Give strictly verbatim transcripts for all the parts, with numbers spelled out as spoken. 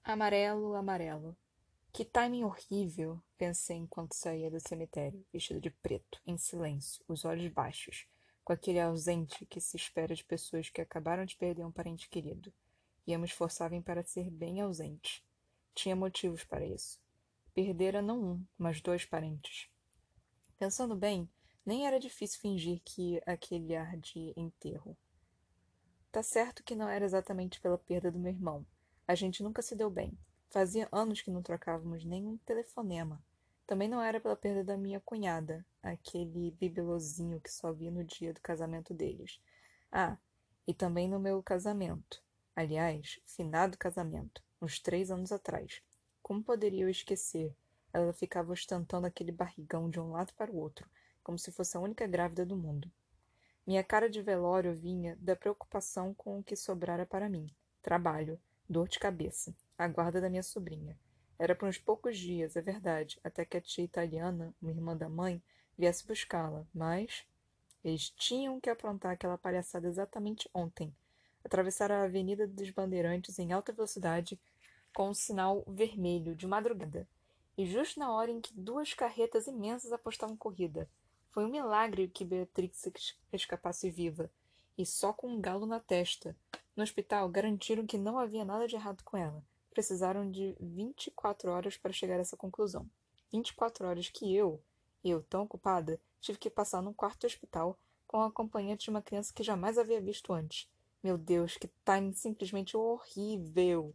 Amarelo, amarelo. Que timing horrível, pensei enquanto saía do cemitério, vestido de preto, em silêncio, os olhos baixos, com aquele ausente que se espera de pessoas que acabaram de perder um parente querido. E eu me esforçava para ser bem ausente. Tinha motivos para isso. Perdera não um, mas dois parentes. Pensando bem, nem era difícil fingir que aquele ar de enterro. Tá certo que não era exatamente pela perda do meu irmão. A gente nunca se deu bem. Fazia anos que não trocávamos nenhum telefonema. Também não era pela perda da minha cunhada, aquele bibelozinho que só vi no dia do casamento deles. Ah, e também no meu casamento. Aliás, finado casamento, uns três anos atrás. Como poderia eu esquecer? Ela ficava ostentando aquele barrigão de um lado para o outro, como se fosse a única grávida do mundo. Minha cara de velório vinha da preocupação com o que sobrara para mim. Trabalho, dor de cabeça, a guarda da minha sobrinha. Era por uns poucos dias, é verdade, até que a tia italiana, uma irmã da mãe, viesse buscá-la, mas eles tinham que aprontar aquela palhaçada exatamente ontem. Atravessar a Avenida dos Bandeirantes em alta velocidade com um sinal vermelho de madrugada, e justo na hora em que duas carretas imensas apostavam corrida. Foi um milagre que Beatrix escapasse viva, e só com um galo na testa. No hospital, garantiram que não havia nada de errado com ela. Precisaram de vinte e quatro horas para chegar a essa conclusão. Vinte e quatro horas que eu, eu, tão ocupada, tive que passar num quarto do hospital com a acompanhante de uma criança que jamais havia visto antes. Meu Deus, que timing simplesmente horrível!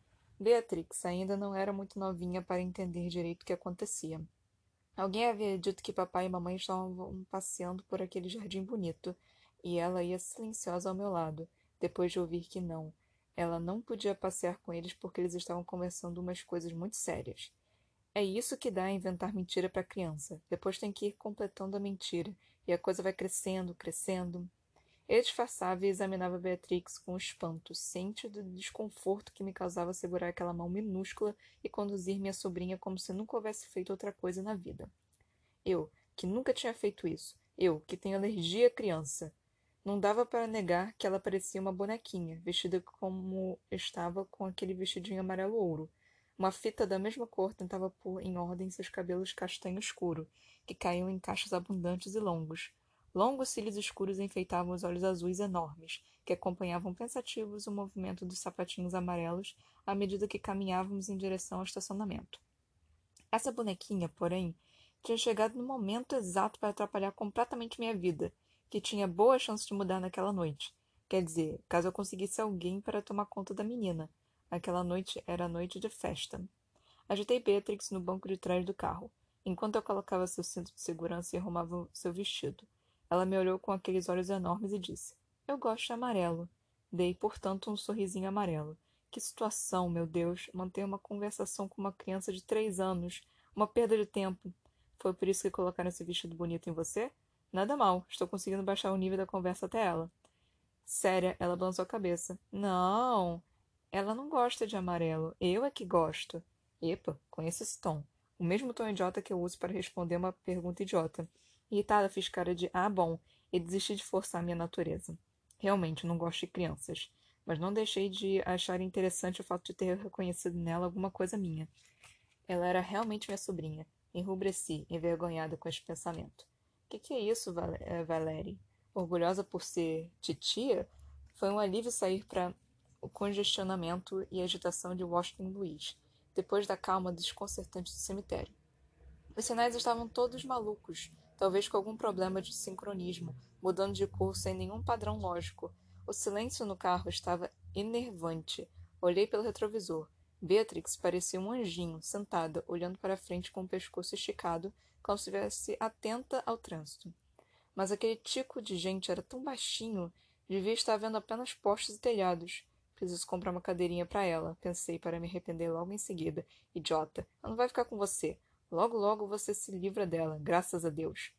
Beatrix ainda não era muito novinha para entender direito o que acontecia. Alguém havia dito que papai e mamãe estavam passeando por aquele jardim bonito, e ela ia silenciosa ao meu lado, depois de ouvir que não. Ela não podia passear com eles porque eles estavam conversando umas coisas muito sérias. É isso que dá a inventar mentira para criança. Depois tem que ir completando a mentira, e a coisa vai crescendo, crescendo. Eu disfarçava e examinava Beatrix com espanto, ciente do desconforto que me causava segurar aquela mão minúscula e conduzir minha sobrinha como se nunca houvesse feito outra coisa na vida. Eu, que nunca tinha feito isso. Eu, que tenho alergia à criança. Não dava para negar que ela parecia uma bonequinha, vestida como estava com aquele vestidinho amarelo-ouro. Uma fita da mesma cor tentava pôr em ordem seus cabelos castanho escuro, que caíam em cachos abundantes e longos. Longos cílios escuros enfeitavam os olhos azuis enormes, que acompanhavam pensativos o movimento dos sapatinhos amarelos à medida que caminhávamos em direção ao estacionamento. Essa bonequinha, porém, tinha chegado no momento exato para atrapalhar completamente minha vida, que tinha boa chance de mudar naquela noite. Quer dizer, caso eu conseguisse alguém para tomar conta da menina. Aquela noite era a noite de festa. Agitei Beatrix no banco de trás do carro, enquanto eu colocava seu cinto de segurança e arrumava seu vestido. Ela me olhou com aqueles olhos enormes e disse: Eu gosto de amarelo. Dei, portanto, um sorrisinho amarelo. Que situação, meu Deus! Manter uma conversação com uma criança de três anos. Uma perda de tempo. Foi por isso que colocaram esse vestido bonito em você? Nada mal. Estou conseguindo baixar o nível da conversa até ela. Séria, ela balançou a cabeça. Não, ela não gosta de amarelo. Eu é que gosto. Epa, conheço esse tom. O mesmo tom idiota que eu uso para responder uma pergunta idiota. Irritada, fiz cara de ah, bom, e desisti de forçar minha natureza. Realmente, não gosto de crianças. Mas não deixei de achar interessante o fato de ter reconhecido nela alguma coisa minha. Ela era realmente minha sobrinha. Enrubreci, envergonhada com este pensamento. Que que é isso, Val eh, Valérie? Orgulhosa por ser titia? Foi um alívio sair para o congestionamento e agitação de Washington Luiz, depois da calma desconcertante do cemitério. Os sinais estavam todos malucos, talvez com algum problema de sincronismo, mudando de curso sem nenhum padrão lógico. O silêncio no carro estava enervante. Olhei pelo retrovisor. Beatrix parecia um anjinho, sentada, olhando para a frente com o pescoço esticado, como se estivesse atenta ao trânsito. Mas aquele tico de gente era tão baixinho, devia estar vendo apenas postes e telhados. Preciso comprar uma cadeirinha para ela, pensei para me arrepender logo em seguida. Idiota, ela não vai ficar com você. Logo, logo você se livra dela, graças a Deus.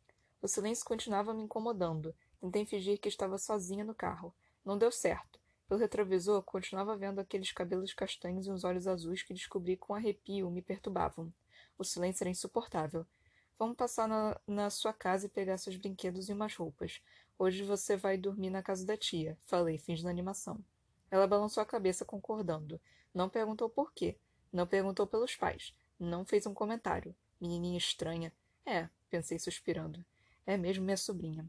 O silêncio continuava me incomodando. Tentei fingir que estava sozinha no carro. Não deu certo. Pelo retrovisor, continuava vendo aqueles cabelos castanhos e uns olhos azuis que descobri com arrepio me perturbavam. O silêncio era insuportável. Vamos passar na, na sua casa e pegar seus brinquedos e umas roupas. Hoje você vai dormir na casa da tia, falei, fingindo animação. Ela balançou a cabeça, concordando. Não perguntou por quê. Não perguntou pelos pais. Não fez um comentário. Menininha estranha. É, pensei suspirando. É mesmo minha sobrinha.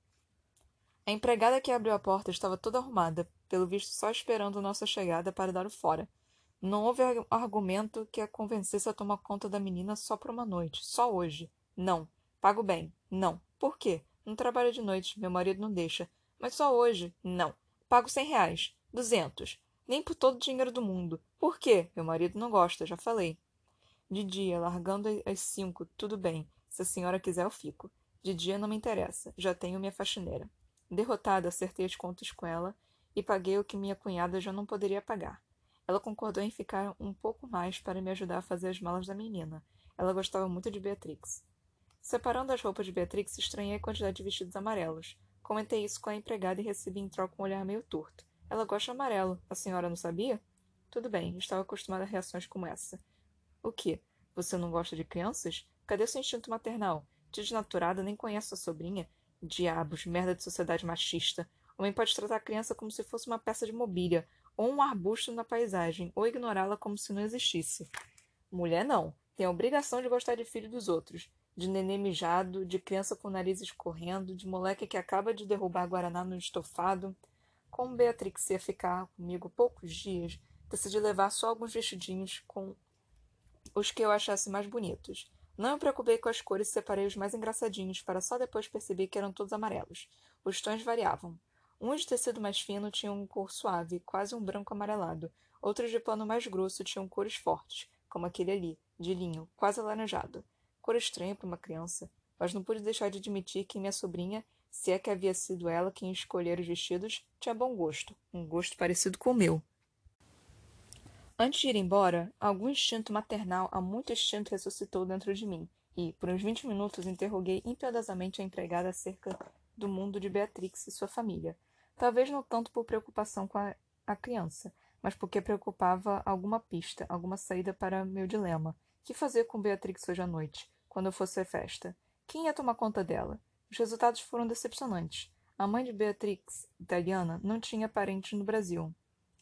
A empregada que abriu a porta estava toda arrumada, pelo visto só esperando nossa chegada para dar o fora. Não houve ar- argumento que a convencesse a tomar conta da menina só por uma noite, só hoje. Não. Pago bem. Não. Por quê? Não trabalho de noite, meu marido não deixa. Mas só hoje? Não. Pago cem reais. Duzentos. Nem por todo o dinheiro do mundo. Por quê? Meu marido não gosta, já falei. De dia, largando às cinco, tudo bem. Se a senhora quiser, eu fico. De dia não me interessa. Já tenho minha faxineira. Derrotada, acertei as contas com ela e paguei o que minha cunhada já não poderia pagar. Ela concordou em ficar um pouco mais para me ajudar a fazer as malas da menina. Ela gostava muito de Beatrix. Separando as roupas de Beatrix, estranhei a quantidade de vestidos amarelos. Comentei isso com a empregada e recebi em troca um olhar meio torto. Ela gosta de amarelo. A senhora não sabia? Tudo bem, estava acostumada a reações como essa. O quê? Você não gosta de crianças? Cadê seu instinto maternal? Desnaturada, nem conhece sua sobrinha? Diabos, merda de sociedade machista. Homem pode tratar a criança como se fosse uma peça de mobília, ou um arbusto na paisagem, ou ignorá-la como se não existisse. Mulher não. Tem a obrigação de gostar de filho dos outros. De nenê mijado, de criança com o nariz escorrendo, de moleque que acaba de derrubar Guaraná no estofado. Como Beatrix ia ficar comigo poucos dias, decidi levar só alguns vestidinhos com os que eu achasse mais bonitos. Não me preocupei com as cores e separei os mais engraçadinhos, para só depois perceber que eram todos amarelos. Os tons variavam. Uns de tecido mais fino tinham um cor suave, quase um branco amarelado. Outros de pano mais grosso tinham cores fortes, como aquele ali, de linho, quase alaranjado. Cor estranha para uma criança, mas não pude deixar de admitir que minha sobrinha, se é que havia sido ela quem escolhera os vestidos, tinha bom gosto, um gosto parecido com o meu. Antes de ir embora, algum instinto maternal há muito extinto ressuscitou dentro de mim, e, por uns vinte minutos, interroguei impiedosamente a empregada acerca do mundo de Beatrix e sua família. Talvez não tanto por preocupação com a, a criança, mas porque preocupava alguma pista, alguma saída para meu dilema. Que fazer com Beatrix hoje à noite, quando eu fosse à festa? Quem ia tomar conta dela? Os resultados foram decepcionantes. A mãe de Beatrix, italiana, não tinha parentes no Brasil.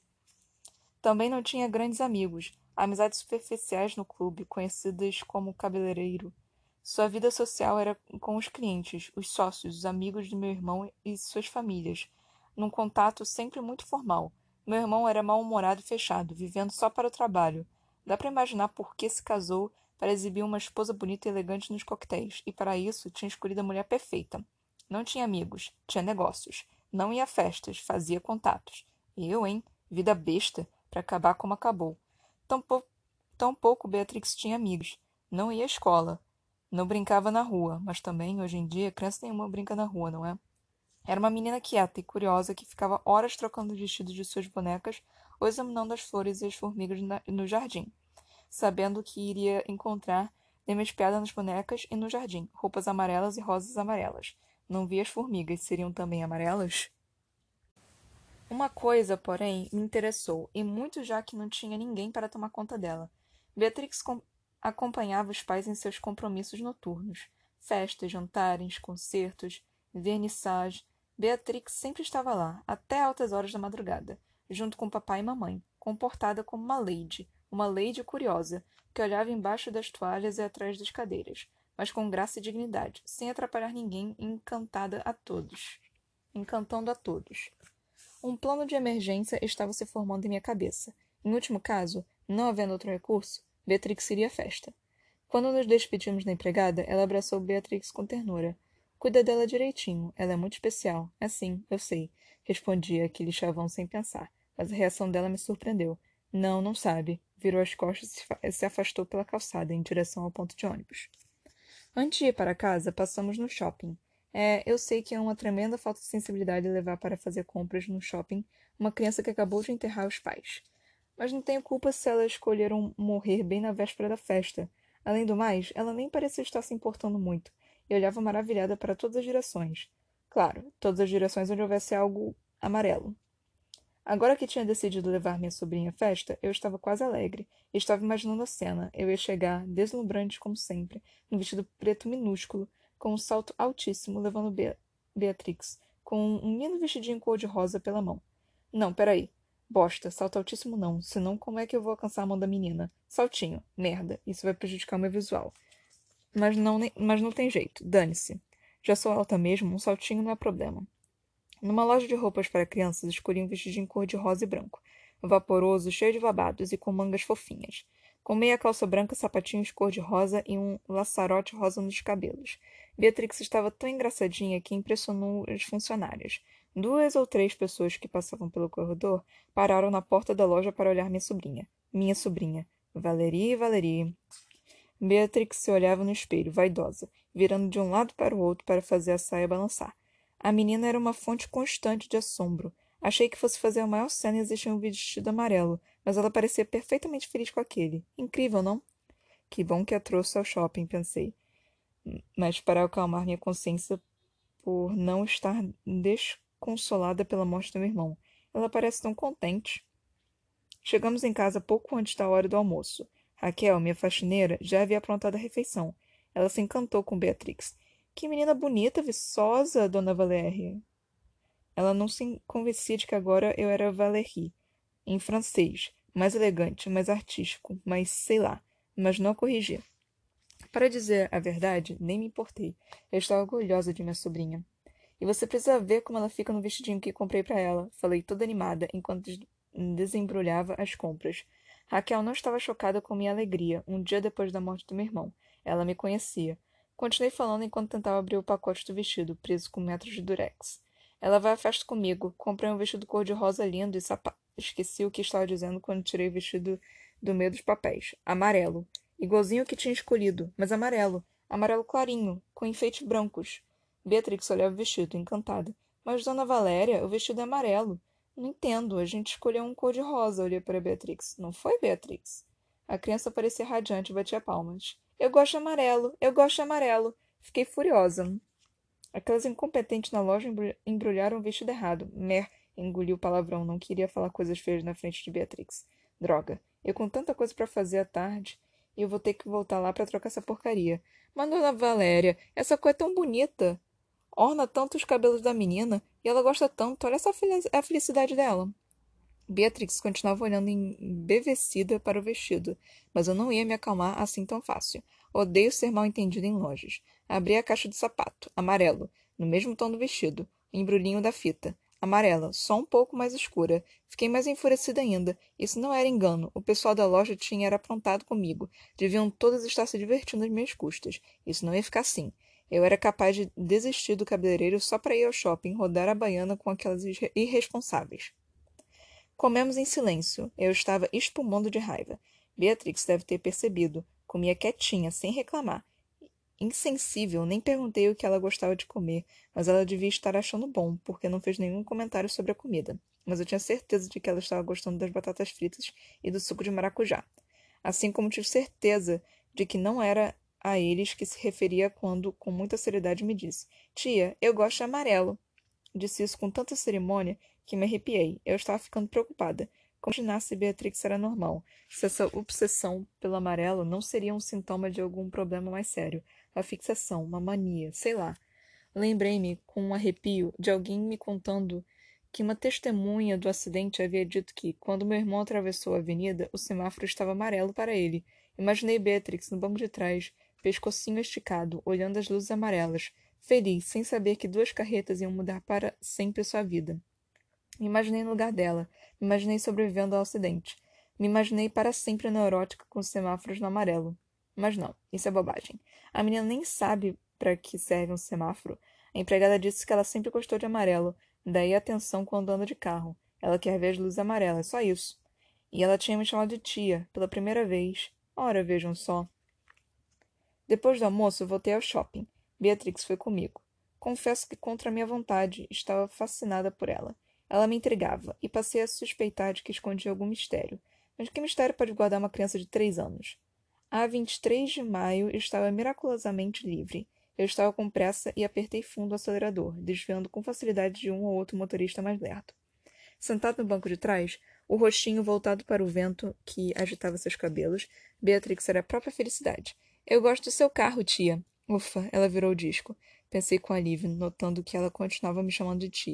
Também não tinha grandes amigos, amizades superficiais no clube, conhecidas como cabeleireiro. Sua vida social era com os clientes, os sócios, os amigos de meu irmão e suas famílias, num contato sempre muito formal. Meu irmão era mal-humorado e fechado, vivendo só para o trabalho. Dá para imaginar por que se casou para exibir uma esposa bonita e elegante nos coquetéis, e para isso tinha escolhido a mulher perfeita. Não tinha amigos, tinha negócios. Não ia a festas, fazia contatos. Eu, hein? Vida besta para acabar como acabou. Tampouco, tampouco Beatrix tinha amigos. Não ia à escola. Não brincava na rua, mas também, hoje em dia, criança nenhuma brinca na rua, não é? Era uma menina quieta e curiosa que ficava horas trocando os vestidos de suas bonecas ou examinando as flores e as formigas na, no jardim, sabendo que iria encontrar Dema espiada nas bonecas e no jardim, roupas amarelas e rosas amarelas. Não via as formigas, seriam também amarelas? Uma coisa, porém, me interessou, e muito já que não tinha ninguém para tomar conta dela. Beatrix com- acompanhava os pais em seus compromissos noturnos. Festas, jantares, concertos, vernissage. Beatrix sempre estava lá, até altas horas da madrugada, junto com papai e mamãe, comportada como uma lady, uma lady curiosa, que olhava embaixo das toalhas e atrás das cadeiras, mas com graça e dignidade, sem atrapalhar ninguém, e encantada a todos, encantando a todos. Um plano de emergência estava se formando em minha cabeça. Em último caso, não havendo outro recurso, Beatrix iria à festa. Quando nos despedimos da empregada, ela abraçou Beatrix com ternura. Cuida dela direitinho, ela é muito especial. É sim, eu sei, respondi aquele chavão sem pensar, mas a reação dela me surpreendeu. Não, não sabe. Virou as costas e se fa- se afastou pela calçada, em direção ao ponto de ônibus. Antes de ir para casa, passamos no shopping. É, eu sei que é uma tremenda falta de sensibilidade levar para fazer compras no shopping uma criança que acabou de enterrar os pais. Mas não tenho culpa se elas escolheram morrer bem na véspera da festa. Além do mais, ela nem parecia estar se importando muito, e olhava maravilhada para todas as direções. Claro, todas as direções onde houvesse algo amarelo. Agora que tinha decidido levar minha sobrinha à festa, eu estava quase alegre. E estava imaginando a cena. Eu ia chegar, deslumbrante como sempre, num vestido preto minúsculo, com um salto altíssimo, levando Bea- Beatrix, com um lindo vestidinho cor-de-rosa pela mão. Não, peraí. Bosta, salto altíssimo não, senão como é que eu vou alcançar a mão da menina? Saltinho, merda, isso vai prejudicar o meu visual. Mas não, mas não tem jeito, dane-se. Já sou alta mesmo, um saltinho não é problema. Numa loja de roupas para crianças, escolhi um vestidinho cor de rosa e branco, vaporoso, cheio de babados e com mangas fofinhas. Com meia calça branca, sapatinhos cor de rosa e um laçarote rosa nos cabelos. Beatrix estava tão engraçadinha que impressionou as funcionárias. Duas ou três pessoas que passavam pelo corredor pararam na porta da loja para olhar minha sobrinha. Minha sobrinha. Valerie, Valerie. Beatrix se olhava no espelho, vaidosa, virando de um lado para o outro para fazer a saia balançar. A menina era uma fonte constante de assombro. Achei que fosse fazer a maior cena e existir um vestido amarelo, mas ela parecia perfeitamente feliz com aquele. Incrível, não? Que bom que a trouxe ao shopping, pensei. Mas para acalmar minha consciência por não estar desconsolada pela morte do meu irmão. Ela parece tão contente. Chegamos em casa pouco antes da hora do almoço. Raquel, minha faxineira, já havia aprontado a refeição. Ela se encantou com Beatrix. Que menina bonita, viçosa, dona Valéria. Ela não se convencia de que agora eu era Valérie, em francês, mais elegante, mais artístico, mais sei lá, mas não a corrigia. Para dizer a verdade, nem me importei. Eu estava orgulhosa de minha sobrinha. E você precisa ver como ela fica no vestidinho que comprei para ela, falei toda animada enquanto des desembrulhava as compras. Raquel não estava chocada com minha alegria, um dia depois da morte do meu irmão. Ela me conhecia. Continuei falando enquanto tentava abrir o pacote do vestido, preso com metros de durex. Ela vai à festa comigo. Comprei um vestido cor-de-rosa lindo e sapato. Esqueci o que estava dizendo quando tirei o vestido do meio dos papéis. Amarelo. Igualzinho o que tinha escolhido, mas amarelo. Amarelo clarinho, com enfeites brancos. Beatrix olhava o vestido, encantada. Mas, dona Valéria, o vestido é amarelo. Não entendo. A gente escolheu um cor-de-rosa, olhei para Beatrix. Não foi, Beatrix? A criança parecia radiante e batia palmas. Eu gosto de amarelo, eu gosto de amarelo. Fiquei furiosa. Aquelas incompetentes na loja embrulharam o vestido errado. Mer, engoliu o palavrão, não queria falar coisas feias na frente de Beatrix. Droga, eu com tanta coisa para fazer à tarde, e eu vou ter que voltar lá para trocar essa porcaria. Mas, dona Valéria, essa cor é tão bonita. Orna tanto os cabelos da menina, e ela gosta tanto. Olha só a felicidade dela. Beatrix continuava olhando embevecida para o vestido, mas eu não ia me acalmar assim tão fácil. Odeio ser mal entendido em lojas. Abri a caixa de sapato, amarelo, no mesmo tom do vestido, o embrulhinho da fita. Amarela, só um pouco mais escura. Fiquei mais enfurecida ainda. Isso não era engano. O pessoal da loja tinha era aprontado comigo. Deviam todos estar se divertindo às minhas custas. Isso não ia ficar assim. Eu era capaz de desistir do cabeleireiro só para ir ao shopping rodar a baiana com aquelas irresponsáveis. Comemos em silêncio. Eu estava espumando de raiva. Beatrix deve ter percebido. Comia quietinha, sem reclamar. Insensível, nem perguntei o que ela gostava de comer, mas ela devia estar achando bom, porque não fez nenhum comentário sobre a comida. Mas eu tinha certeza de que ela estava gostando das batatas fritas e do suco de maracujá. Assim como tive certeza de que não era a eles que se referia quando, com muita seriedade, me disse: Tia, eu gosto de amarelo. Disse isso com tanta cerimônia que me arrepiei. Eu estava ficando preocupada. Como imaginar se Beatrix era normal? Se essa obsessão pelo amarelo não seria um sintoma de algum problema mais sério. Uma fixação, uma mania, sei lá. Lembrei-me, com um arrepio, de alguém me contando que uma testemunha do acidente havia dito que, quando meu irmão atravessou a avenida, o semáforo estava amarelo para ele. Imaginei Beatrix no banco de trás, pescocinho esticado, olhando as luzes amarelas, feliz, sem saber que duas carretas iam mudar para sempre sua vida. Me imaginei no lugar dela, me imaginei sobrevivendo ao acidente. Me imaginei para sempre neurótica com os semáforos no amarelo. Mas não, isso é bobagem. A menina nem sabe para que serve um semáforo. A empregada disse que ela sempre gostou de amarelo, daí a atenção quando anda de carro. Ela quer ver as luzes amarelas, só isso. E ela tinha me chamado de tia, pela primeira vez. Ora, vejam só. Depois do almoço, voltei ao shopping. Beatrix foi comigo. Confesso que, contra minha vontade, estava fascinada por ela. Ela me intrigava, e passei a suspeitar de que escondia algum mistério. Mas que mistério pode guardar uma criança de três anos? A vinte e três de maio estava miraculosamente livre. Eu estava com pressa e apertei fundo o acelerador, desviando com facilidade de um ou outro motorista mais lerdo. Sentado no banco de trás, o rostinho voltado para o vento que agitava seus cabelos, Beatrix era a própria felicidade. Eu gosto do seu carro, tia. Ufa, ela virou o disco. Pensei com alívio, notando que ela continuava me chamando de tia.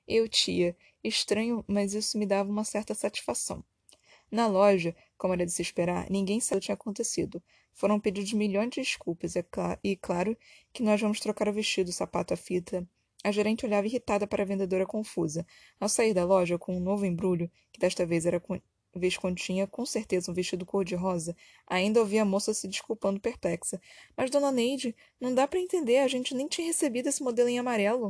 Eu, tia. Estranho, mas isso me dava uma certa satisfação. Na loja, como era de se esperar, ninguém sabia o que tinha acontecido. Foram pedidos milhões de desculpas, é cla- e claro que nós vamos trocar o vestido, o sapato, a fita. A gerente olhava irritada para a vendedora confusa. Ao sair da loja com um novo embrulho, que desta vez era con- vez continha com certeza um vestido cor-de-rosa, ainda ouvi a moça se desculpando perplexa. Mas, dona Neide, não dá para entender, a gente nem tinha recebido esse modelo em amarelo.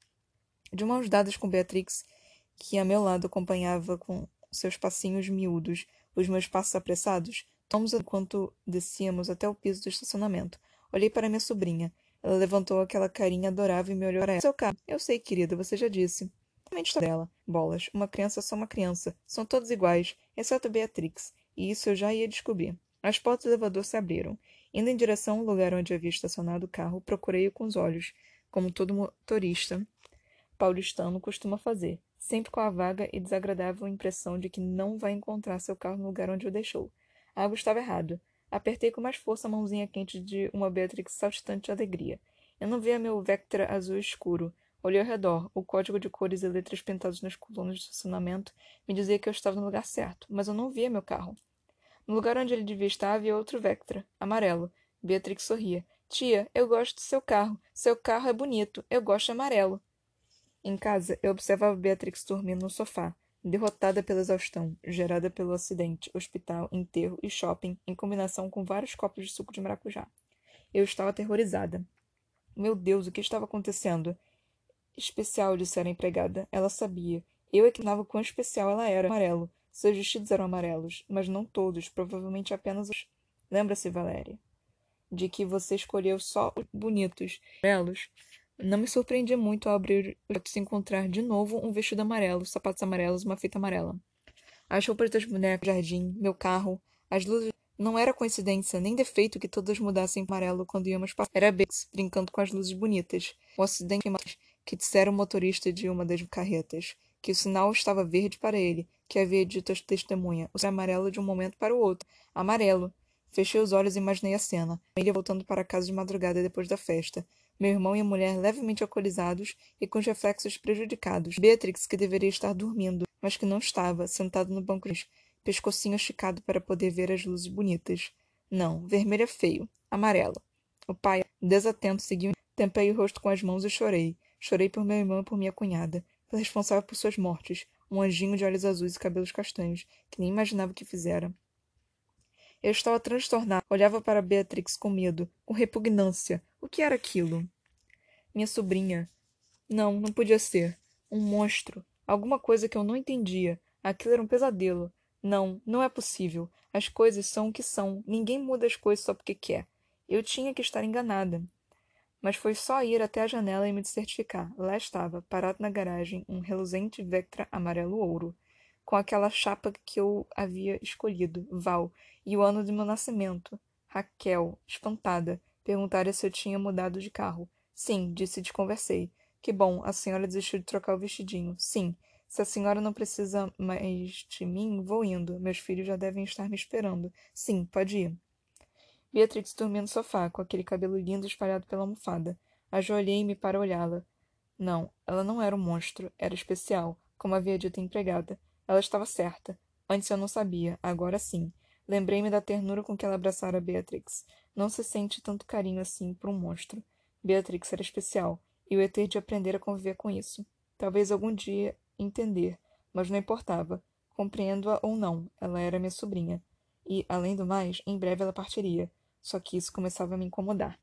De mãos dadas com Beatrix, que a meu lado acompanhava com seus passinhos miúdos, os meus passos apressados, tomamos enquanto descíamos até o piso do estacionamento. Olhei para minha sobrinha. Ela levantou aquela carinha adorável e me olhou para ela. Seu carro. Eu sei, querida, você já disse. Realmente estou dela. Bolas. Uma criança é só uma criança. São todos iguais, exceto Beatrix. E isso eu já ia descobrir. As portas do elevador se abriram. Indo em direção ao lugar onde havia estacionado o carro, procurei-o com os olhos, como todo motorista paulistano costuma fazer, sempre com a vaga e desagradável impressão de que não vai encontrar seu carro no lugar onde o deixou. Algo estava errado. Apertei com mais força a mãozinha quente de uma Beatrix saltitante de alegria. Eu não via meu Vectra azul escuro. Olhei ao redor. O código de cores e letras pintados nas colunas de estacionamento me dizia que eu estava no lugar certo, mas eu não via meu carro. No lugar onde ele devia estar havia outro Vectra, amarelo. Beatrix sorria. Tia, eu gosto do seu carro. Seu carro é bonito. Eu gosto de amarelo. Em casa, eu observava Beatrix dormindo no sofá, derrotada pela exaustão, gerada pelo acidente, hospital, enterro e shopping, em combinação com vários copos de suco de maracujá. Eu estava aterrorizada. Meu Deus, o que estava acontecendo? Especial, dissera a empregada. Ela sabia. Eu é que imaginava quão especial ela era. Amarelo. Seus vestidos eram amarelos, mas não todos, provavelmente apenas os. Lembra-se, Valéria, de que você escolheu só os bonitos. Amarelos. Não me surpreendi muito ao abrir os olhos e encontrar de novo um vestido amarelo, sapatos amarelos e uma fita amarela. As roupas das bonecas, o jardim, meu carro, as luzes. Não era coincidência, nem defeito que todas mudassem para amarelo quando íamos passar. Era Bex, brincando com as luzes bonitas. O acidente que dissera o motorista de uma das carretas, que o sinal estava verde para ele, que havia dito a testemunha. O sinal amarelo de um momento para o outro. Amarelo. Fechei os olhos e imaginei a cena. Família voltando para casa de madrugada depois da festa. Meu irmão e a mulher levemente alcoolizados e com os reflexos prejudicados. Beatrix, que deveria estar dormindo, mas que não estava, sentada no banco de pescocinho esticado para poder ver as luzes bonitas. Não, vermelho é feio. Amarelo. O pai, desatento, seguiu. Tempei o rosto com as mãos e chorei. Chorei por meu irmão e por minha cunhada, pela responsável por suas mortes, um anjinho de olhos azuis e cabelos castanhos, que nem imaginava o que fizera. Eu estava transtornado. Olhava para Beatrix com medo, com repugnância. O que era aquilo? Minha sobrinha. Não, não podia ser. Um monstro. Alguma coisa que eu não entendia. Aquilo era um pesadelo. Não, não é possível. As coisas são o que são. Ninguém muda as coisas só porque quer. Eu tinha que estar enganada. Mas foi só ir até a janela e me certificar. Lá estava, parado na garagem, um reluzente Vectra amarelo-ouro, com aquela chapa que eu havia escolhido, Val, e o ano de meu nascimento. Raquel, espantada, perguntara se eu tinha mudado de carro. Sim, disse e desconversei. Que bom, a senhora desistiu de trocar o vestidinho. Sim. Se a senhora não precisa mais de mim, vou indo. Meus filhos já devem estar me esperando. Sim, pode ir. Beatrix dormia no sofá, com aquele cabelo lindo espalhado pela almofada. Ajoelhei-me para olhá-la. Não, ela não era um monstro, era especial, como havia dito a empregada. Ela estava certa. Antes eu não sabia, agora sim. Lembrei-me da ternura com que ela abraçara Beatrix. Não se sente tanto carinho assim por um monstro. Beatrix era especial, e eu ia ter de aprender a conviver com isso. Talvez algum dia entender, mas não importava. Compreendo-a ou não, ela era minha sobrinha. E, além do mais, em breve ela partiria. Só que isso começava a me incomodar.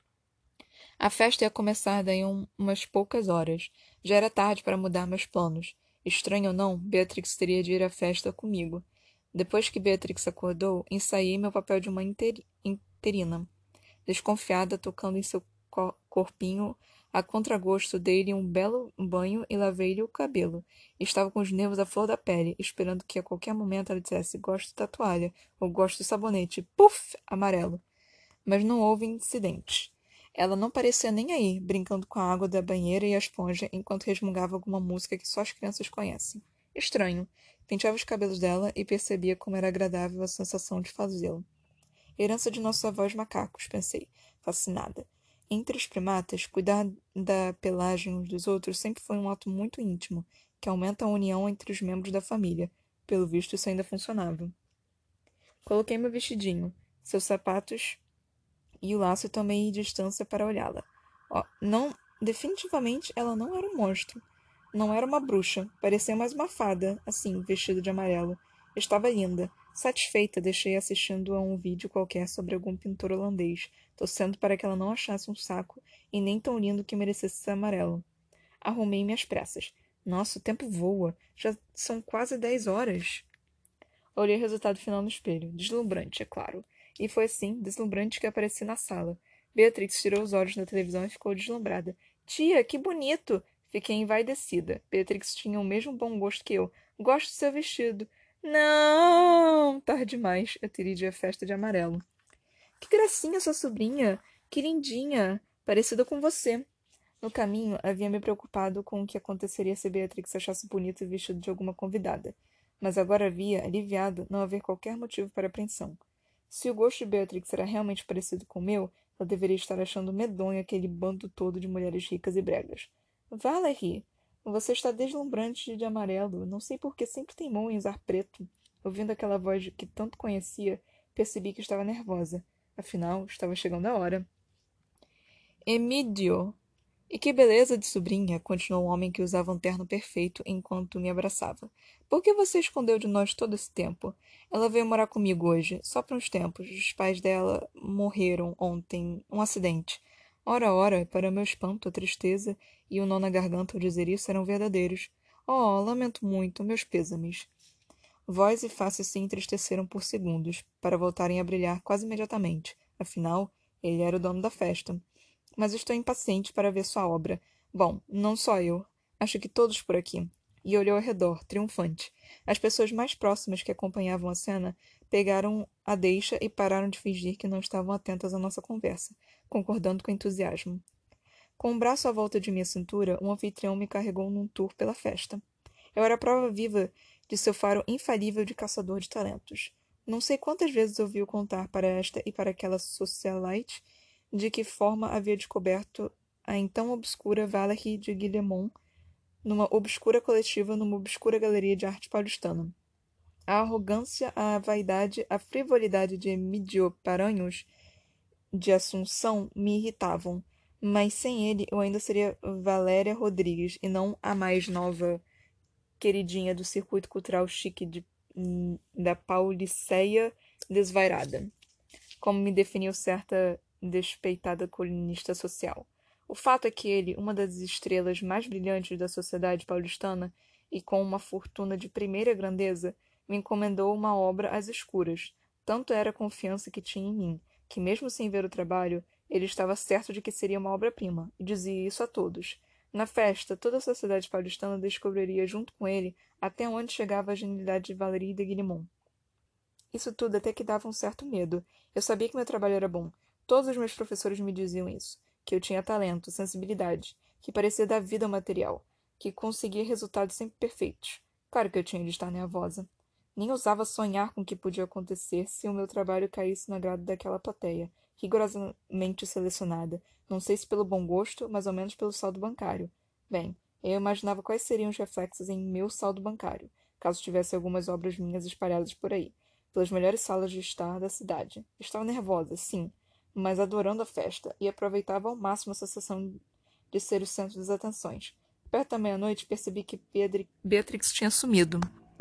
A festa ia começar daí um, umas poucas horas. Já era tarde para mudar meus planos. Estranho ou não, Beatrix teria de ir à festa comigo. Depois que Beatrix acordou, ensaiei meu papel de uma interi interina. Desconfiada, tocando em seu co corpinho, a contragosto, dei-lhe um belo banho e lavei-lhe o cabelo. Estava com os nervos à flor da pele, esperando que a qualquer momento ela dissesse gosto da toalha ou gosto do sabonete. Puf! Amarelo. Mas não houve incidente. Ela não parecia nem aí, brincando com a água da banheira e a esponja enquanto resmungava alguma música que só as crianças conhecem. Estranho. Penteava os cabelos dela e percebia como era agradável a sensação de fazê-lo. Herança de nossos avós macacos, pensei, fascinada. Entre os primatas, cuidar da pelagem uns dos outros sempre foi um ato muito íntimo, que aumenta a união entre os membros da família. Pelo visto, isso ainda funcionava. Coloquei meu vestidinho, seus sapatos e o laço e tomei distância para olhá-la. Oh, não, definitivamente ela não era um monstro. Não era uma bruxa. Parecia mais uma fada, assim, vestida de amarelo. Estava linda. Satisfeita, deixei assistindo a um vídeo qualquer sobre algum pintor holandês, torcendo para que ela não achasse um saco e nem tão lindo que merecesse ser amarelo. Arrumei-me às pressas. Nossa, o tempo voa. Já são quase dez horas. Olhei o resultado final no espelho. Deslumbrante, é claro. E foi assim, deslumbrante, que apareci na sala. Beatrix tirou os olhos da televisão e ficou deslumbrada. Tia, que bonito! Fiquei envaidecida. Beatrix tinha o mesmo bom gosto que eu. Gosto do seu vestido. Não! Tarde demais. Eu teria ido à festa de amarelo. Que gracinha sua sobrinha! Que lindinha! Parecida com você. No caminho, havia me preocupado com o que aconteceria se Beatrix achasse bonito o vestido de alguma convidada, mas agora havia, aliviado, não haver qualquer motivo para apreensão. Se o gosto de Beatrix era realmente parecido com o meu, ela deveria estar achando medonho aquele bando todo de mulheres ricas e bregas. Valerie, você está deslumbrante de amarelo. Não sei por que sempre teimou em usar preto. Ouvindo aquela voz que tanto conhecia, percebi que estava nervosa. Afinal, estava chegando a hora. Emídio! E que beleza de sobrinha, continuou o homem que usava um terno perfeito enquanto me abraçava. Por que você escondeu de nós todo esse tempo? Ela veio morar comigo hoje, só por uns tempos. Os pais dela morreram ontem, um acidente. Ora, ora, para meu espanto, a tristeza e o nó na garganta ao dizer isso eram verdadeiros. Oh, lamento muito, meus pêsames. Voz e face se entristeceram por segundos, para voltarem a brilhar quase imediatamente. Afinal, ele era o dono da festa. Mas estou impaciente para ver sua obra. Bom, não só eu. Acho que todos por aqui. E olhou ao redor, triunfante. As pessoas mais próximas que acompanhavam a cena pegaram a deixa e pararam de fingir que não estavam atentas à nossa conversa, concordando com entusiasmo. Com o braço à volta de minha cintura, um anfitrião me carregou num tour pela festa. Eu era a prova viva de seu faro infalível de caçador de talentos. Não sei quantas vezes ouvi-o contar para esta e para aquela socialite de que forma havia descoberto a então obscura Valerie de Guillemont numa obscura coletiva numa obscura galeria de arte paulistana. A arrogância, a vaidade, a frivolidade de Emídio Paranhos de Assunção me irritavam, mas sem ele eu ainda seria Valéria Rodrigues e não a mais nova queridinha do circuito cultural chique de, da Pauliceia desvairada, como me definiu certa despeitada colunista social. O fato é que ele, uma das estrelas mais brilhantes da sociedade paulistana e com uma fortuna de primeira grandeza, me encomendou uma obra às escuras. Tanto era a confiança que tinha em mim, que mesmo sem ver o trabalho, ele estava certo de que seria uma obra-prima, e dizia isso a todos. Na festa, toda a sociedade paulistana descobriria junto com ele até onde chegava a genialidade de Valérie de Guillemont. Isso tudo até que dava um certo medo. Eu sabia que meu trabalho era bom. Todos os meus professores me diziam isso. Que eu tinha talento, sensibilidade, que parecia dar vida ao material, que conseguia resultados sempre perfeitos. Claro que eu tinha de estar nervosa. Nem ousava sonhar com o que podia acontecer se o meu trabalho caísse no agrado daquela plateia, rigorosamente selecionada, não sei se pelo bom gosto, mas ao menos pelo saldo bancário. Bem, eu imaginava quais seriam os reflexos em meu saldo bancário, caso tivesse algumas obras minhas espalhadas por aí pelas melhores salas de estar da cidade. Estava nervosa, sim, mas adorando a festa, e aproveitava ao máximo a sensação de ser o centro das atenções. Perto da meia-noite, percebi que Pedri... Beatrix tinha sumido.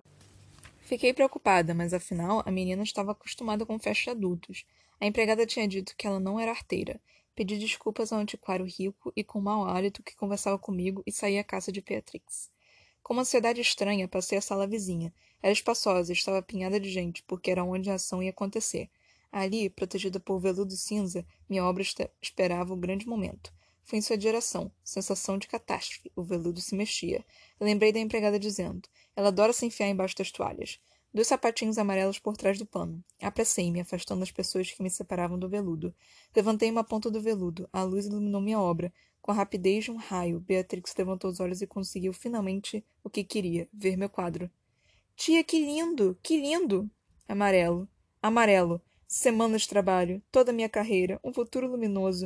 Fiquei preocupada, mas afinal a menina estava acostumada com festas de adultos. A empregada tinha dito que ela não era arteira. Pedi desculpas ao antiquário rico e com mau hálito que conversava comigo e saí à caça de Beatrix. Com uma ansiedade estranha, passei à sala vizinha. Era espaçosa e estava apinhada de gente, porque era onde a ação ia acontecer. Ali, protegida por veludo cinza, minha obra esperava o grande momento. Fui em sua direção. Sensação de catástrofe. O veludo se mexia. Lembrei da empregada dizendo. Ela adora se enfiar embaixo das toalhas. Dois sapatinhos amarelos por trás do pano. Apressei-me, afastando as pessoas que me separavam do veludo. Levantei uma ponta do veludo. A luz iluminou minha obra. Com a rapidez de um raio, Beatrix levantou os olhos e conseguiu finalmente o que queria, ver meu quadro. Tia, que lindo! Que lindo! Amarelo. Amarelo. Semanas de trabalho. Toda a minha carreira. Um futuro luminoso.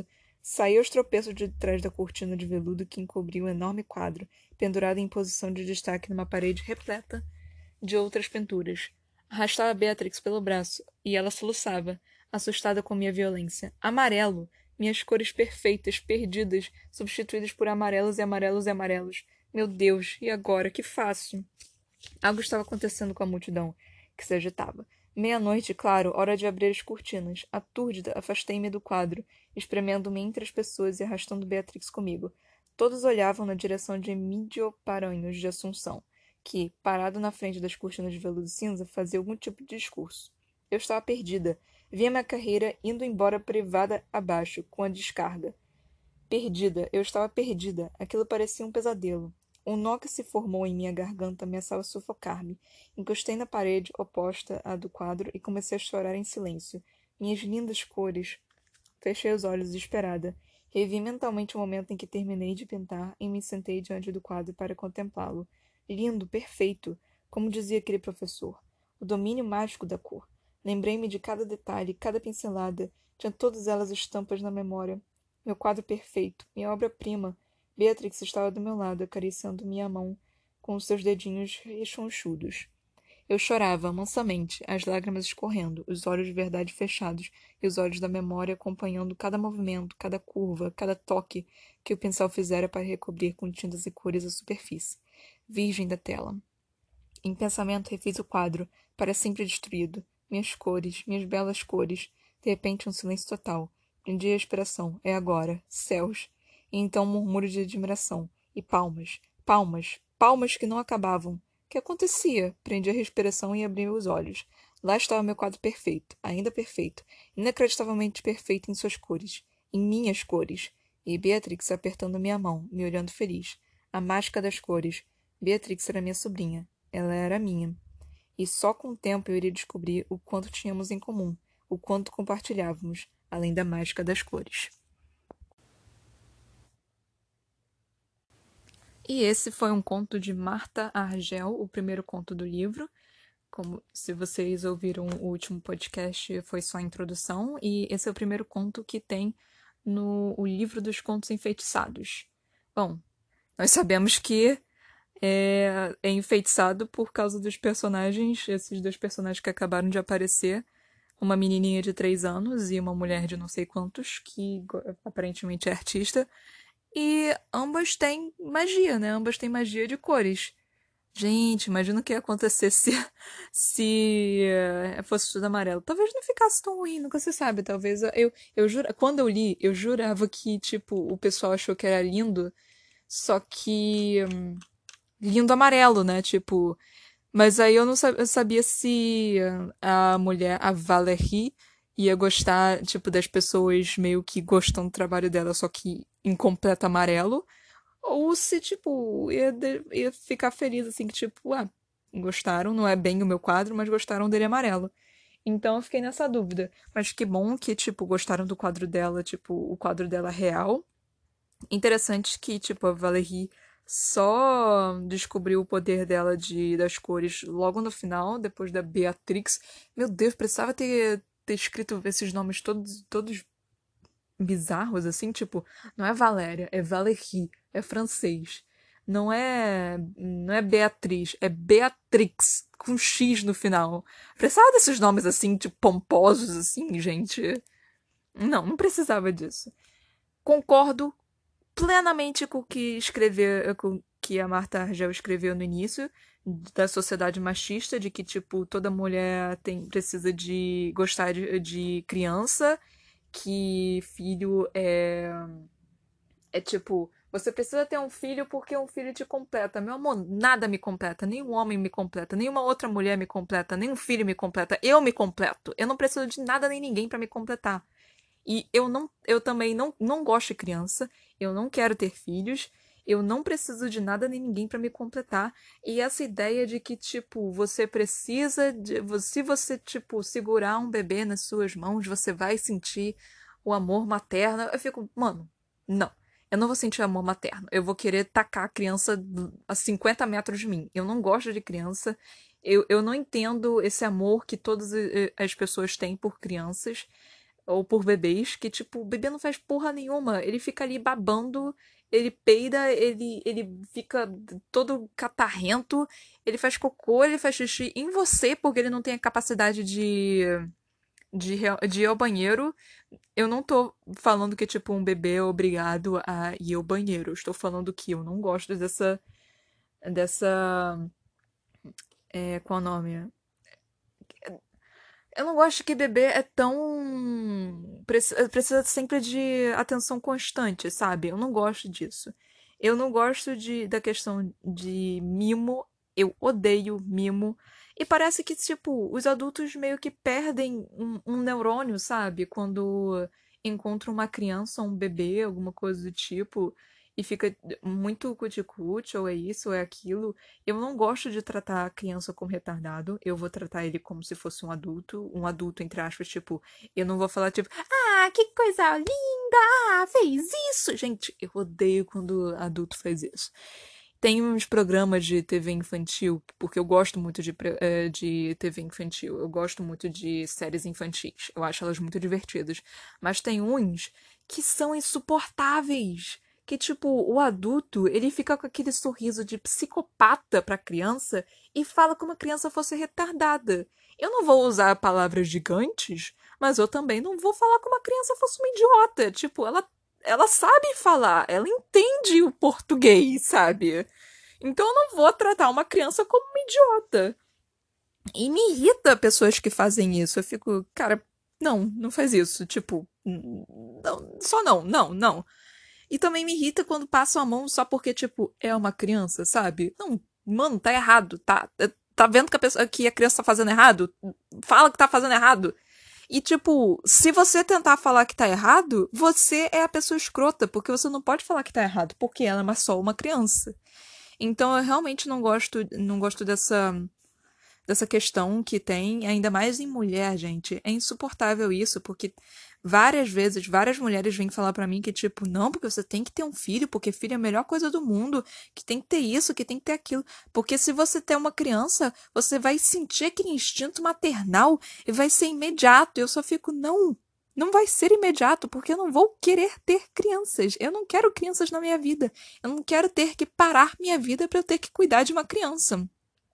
Saí aos tropeços de trás da cortina de veludo que encobria um enorme quadro, pendurado em posição de destaque numa parede repleta de outras pinturas. Arrastava Beatrix pelo braço, e ela soluçava, assustada com minha violência. Amarelo! Minhas cores perfeitas, perdidas, substituídas por amarelos e amarelos e amarelos. Meu Deus, e agora? Que faço? Algo estava acontecendo com a multidão, que se agitava. Meia-noite, claro, hora de abrir as cortinas. Atúrdida, afastei-me do quadro, espremendo-me entre as pessoas e arrastando Beatrix comigo. Todos olhavam na direção de Emídio Paranhos de Assunção, que, parado na frente das cortinas de veludo cinza, fazia algum tipo de discurso. Eu estava perdida. Via minha carreira indo embora privada abaixo, com a descarga. Perdida, eu estava perdida. Aquilo parecia um pesadelo. Um nó que se formou em minha garganta ameaçava sufocar-me. Encostei na parede oposta à do quadro e comecei a chorar em silêncio. Minhas lindas cores. Fechei os olhos desesperada. Revi mentalmente o momento em que terminei de pintar e me sentei diante do quadro para contemplá-lo. Lindo, perfeito, como dizia aquele professor. O domínio mágico da cor. Lembrei-me de cada detalhe, cada pincelada. Tinha todas elas estampas na memória. Meu quadro perfeito, minha obra-prima. Beatrix estava do meu lado, acariciando minha mão com os seus dedinhos rechonchudos. Eu chorava, mansamente, as lágrimas escorrendo, os olhos de verdade fechados e os olhos da memória acompanhando cada movimento, cada curva, cada toque que o pincel fizera para recobrir com tintas e cores a superfície. Virgem da tela. Em pensamento refiz o quadro, para sempre destruído. Minhas cores, minhas belas cores. De repente um silêncio total. Prendi a respiração. É agora. Céus. E então um murmúrio de admiração. E palmas. Palmas. Palmas que não acabavam. O que acontecia? Prendi a respiração e abri os olhos. Lá estava meu quadro perfeito. Ainda perfeito. Inacreditavelmente perfeito em suas cores. Em minhas cores. E Beatrix apertando minha mão, me olhando feliz. A mágica das cores. Beatrix era minha sobrinha. Ela era minha. E só com o tempo eu iria descobrir o quanto tínhamos em comum, o quanto compartilhávamos, além da mágica das cores. E esse foi um conto de Marta Argel, o primeiro conto do livro. Como se vocês ouviram o último podcast, foi só a introdução. E esse é o primeiro conto que tem no o livro dos contos enfeitiçados. Bom, nós sabemos que é, é enfeitiçado por causa dos personagens, esses dois personagens que acabaram de aparecer, uma menininha de três anos e uma mulher de não sei quantos, que aparentemente é artista, e ambas têm magia, né? Ambas têm magia de cores. Gente, imagina o que ia acontecer se, se uh, fosse tudo amarelo. Talvez não ficasse tão ruim, nunca se sabe. Talvez eu, eu jura, quando eu li, eu jurava que, tipo, o pessoal achou que era lindo, só que hum, lindo amarelo, né? Tipo, mas aí eu não sabia se a mulher, a Valérie, ia gostar, tipo, das pessoas meio que gostam do trabalho dela, só que em completo amarelo, ou se, tipo, ia, de- ia ficar feliz, assim, que, tipo, ah, gostaram, não é bem o meu quadro, mas gostaram dele amarelo. Então eu fiquei nessa dúvida. Mas que bom que, tipo, gostaram do quadro dela, tipo, o quadro dela real. Interessante que, tipo, a Valérie só descobriu o poder dela de das cores logo no final, depois da Beatrix. Meu Deus, precisava ter, ter escrito esses nomes todos, todos bizarros, assim, tipo, não é Valéria, é Valérie, é francês. Não é, não é Beatriz, é Beatrix, com X no final. Precisava desses nomes, assim, tipo, pomposos, assim, gente. Não, não precisava disso. Concordo plenamente com o que escreveu, com o que a Marta Argel escreveu no início da sociedade machista, de que tipo toda mulher tem precisa de gostar de, de criança, que filho é é tipo você precisa ter um filho porque um filho te completa. Meu amor, nada me completa. Nenhum homem me completa. Nenhuma outra mulher me completa. Nenhum filho me completa. Eu me completo. Eu não preciso de nada nem ninguém para me completar. E eu não, eu também não, não gosto de criança, eu não quero ter filhos, eu não preciso de nada nem ninguém para me completar. E essa ideia de que, tipo, você precisa de. Se você, tipo, segurar um bebê nas suas mãos, você vai sentir o amor materno. Eu fico, mano, não. Eu não vou sentir amor materno. Eu vou querer tacar a criança a cinquenta metros de mim. Eu não gosto de criança. Eu, eu não entendo esse amor que todas as pessoas têm por crianças. ou por bebês, que, tipo, o bebê não faz porra nenhuma. Ele fica ali babando, ele peida, ele, ele fica todo catarrento, ele faz cocô, ele faz xixi em você, porque ele não tem a capacidade de, de, rea- de ir ao banheiro. Eu não tô falando que, tipo, um bebê é obrigado a ir ao banheiro. Eu estou falando que eu não gosto dessa, dessa, é, qual é o nome? Eu não gosto que bebê é tão. Precisa, precisa sempre de atenção constante, sabe? Eu não gosto disso. Eu não gosto de, da questão de mimo. Eu odeio mimo. E parece que, tipo, os adultos meio que perdem um, um neurônio, sabe? Quando encontram uma criança ou um bebê, alguma coisa do tipo, e fica muito cuticute, ou é isso, ou é aquilo. Eu não gosto de tratar a criança como retardado. Eu vou tratar ele como se fosse um adulto. Um adulto, entre aspas, tipo, eu não vou falar, tipo, ah, que coisa linda! Ah, fez isso! Gente, eu odeio quando adulto faz isso. Tem uns programas de T V infantil, porque eu gosto muito de, pre- eh, de T V infantil. Eu gosto muito de séries infantis. Eu acho elas muito divertidas. Mas tem uns que são insuportáveis. Que, tipo, o adulto, ele fica com aquele sorriso de psicopata pra criança e fala como a criança fosse retardada. Eu não vou usar palavras gigantes, mas eu também não vou falar como a criança fosse uma idiota. Tipo, ela, ela sabe falar, ela entende o português, sabe? Então eu não vou tratar uma criança como uma idiota. E me irrita pessoas que fazem isso. Eu fico, cara, não, não faz isso. Tipo, não, só não, não, não. E também me irrita quando passam a mão só porque, tipo, é uma criança, sabe? Não, mano, tá errado, tá? Tá vendo que a, pessoa, que a criança tá fazendo errado? Fala que tá fazendo errado. E, tipo, se você tentar falar que tá errado, você é a pessoa escrota, porque você não pode falar que tá errado, porque ela é só uma criança. Então eu realmente não gosto, não gosto dessa dessa questão que tem, ainda mais em mulher, gente. É insuportável isso, porque várias vezes, várias mulheres vêm falar pra mim que, tipo, não, porque você tem que ter um filho, porque filho é a melhor coisa do mundo, que tem que ter isso, que tem que ter aquilo. Porque se você ter uma criança, você vai sentir aquele instinto maternal e vai ser imediato. Eu só fico, não. Não vai ser imediato, porque eu não vou querer ter crianças. Eu não quero crianças na minha vida. Eu não quero ter que parar minha vida para eu ter que cuidar de uma criança.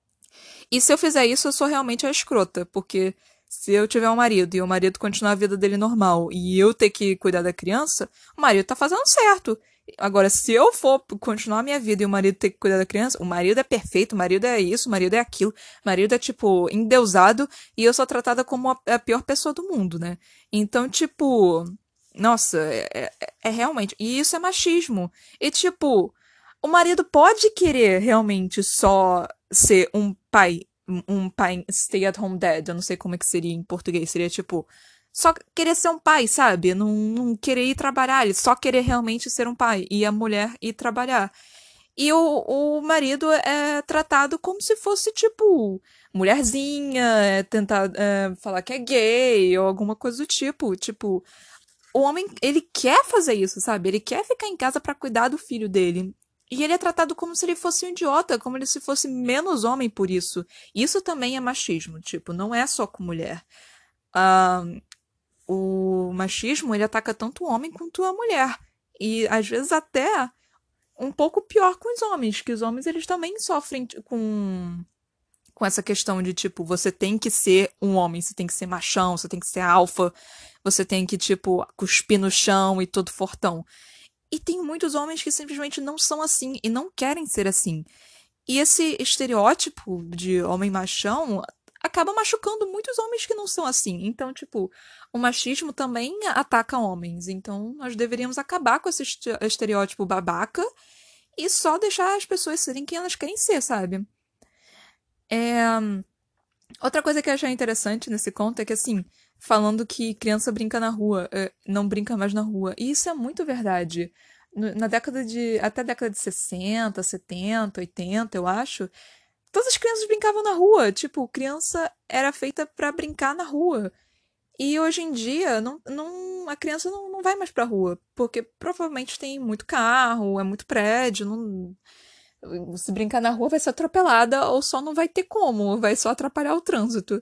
E se eu fizer isso, eu sou realmente a escrota, porque se eu tiver um marido e o marido continuar a vida dele normal e eu ter que cuidar da criança, o marido tá fazendo certo. Agora, se eu for continuar a minha vida e o marido ter que cuidar da criança, o marido é perfeito, o marido é isso, o marido é aquilo, o marido é, tipo, endeusado e eu sou tratada como a, a pior pessoa do mundo, né? Então, tipo, nossa, é, é, é realmente. E isso é machismo. E, tipo, o marido pode querer realmente só ser um pai, um um pai stay-at-home dad, eu não sei como é que seria em português, seria tipo, só querer ser um pai, sabe? Não, não querer ir trabalhar, ele só querer realmente ser um pai, e a mulher ir trabalhar. E o, o marido é tratado como se fosse, tipo, mulherzinha, é tentar é, falar que é gay, ou alguma coisa do tipo. Tipo, o homem, ele quer fazer isso, sabe? Ele quer ficar em casa pra cuidar do filho dele. E ele é tratado como se ele fosse um idiota, como se fosse menos homem por isso. Isso também é machismo, tipo, não é só com mulher. Ah, o machismo, ele ataca tanto o homem quanto a mulher. E às vezes até um pouco pior com os homens, que os homens eles também sofrem com com essa questão de, tipo, você tem que ser um homem, você tem que ser machão, você tem que ser alfa, você tem que, tipo, cuspir no chão e todo fortão. E tem muitos homens que simplesmente não são assim e não querem ser assim. E esse estereótipo de homem machão acaba machucando muitos homens que não são assim. Então, tipo, o machismo também ataca homens. Então, nós deveríamos acabar com esse estereótipo babaca e só deixar as pessoas serem quem elas querem ser, sabe? É, outra coisa que eu achei interessante nesse conto é que, assim, falando que criança brinca na rua, é, não brinca mais na rua. E isso é muito verdade. No- Na década de. Até a década de sessenta, setenta, oitenta, eu acho. Todas as crianças brincavam na rua. Tipo, criança era feita pra brincar na rua. E hoje em dia, não, não, a criança não, não vai mais pra rua. Porque provavelmente tem muito carro, é muito prédio. Não, se brincar na rua vai ser atropelada ou só não vai ter como, vai só atrapalhar o trânsito.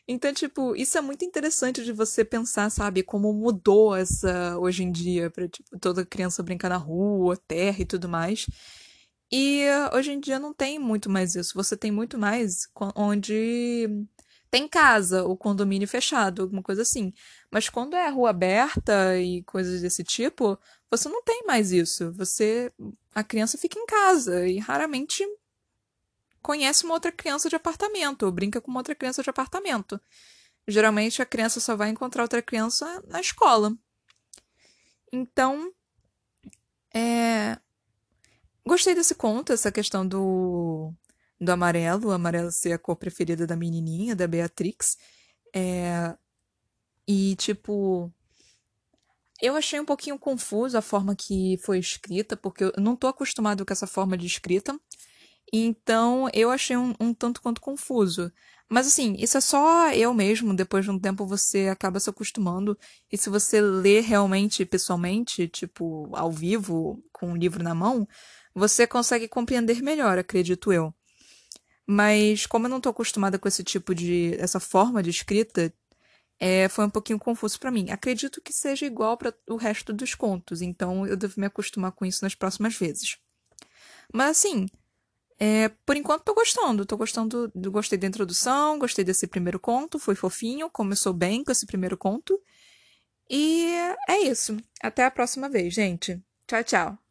Então, tipo, isso é muito interessante de você pensar, sabe, como mudou essa hoje em dia pra, tipo, toda criança brincar na rua, terra e tudo mais. E uh, hoje em dia não tem muito mais isso. Você tem muito mais co- onde tem casa, o condomínio fechado, alguma coisa assim. Mas quando é rua aberta e coisas desse tipo, você não tem mais isso. Você, a criança fica em casa e raramente conhece uma outra criança de apartamento ou brinca com uma outra criança de apartamento. Geralmente a criança só vai encontrar outra criança na escola. Então, é, gostei desse conto, essa questão do, do amarelo, o amarelo ser a cor preferida da menininha, da Beatrix. É, e, tipo, eu achei um pouquinho confuso a forma que foi escrita, porque eu não tô acostumado com essa forma de escrita. Então, eu achei um, um tanto quanto confuso. Mas assim, isso é só eu mesmo. Depois de um tempo você acaba se acostumando. E se você lê realmente pessoalmente, tipo, ao vivo, com o livro na mão, você consegue compreender melhor, acredito eu. Mas como eu não tô acostumada com esse tipo de, essa forma de escrita, é, foi um pouquinho confuso pra mim. Acredito que seja igual para o resto dos contos, então eu devo me acostumar com isso nas próximas vezes. Mas assim, é, por enquanto tô gostando. Tô gostando, do- gostei da introdução, gostei desse primeiro conto, foi fofinho, começou bem com esse primeiro conto. E é isso. Até a próxima vez, gente. Tchau, tchau.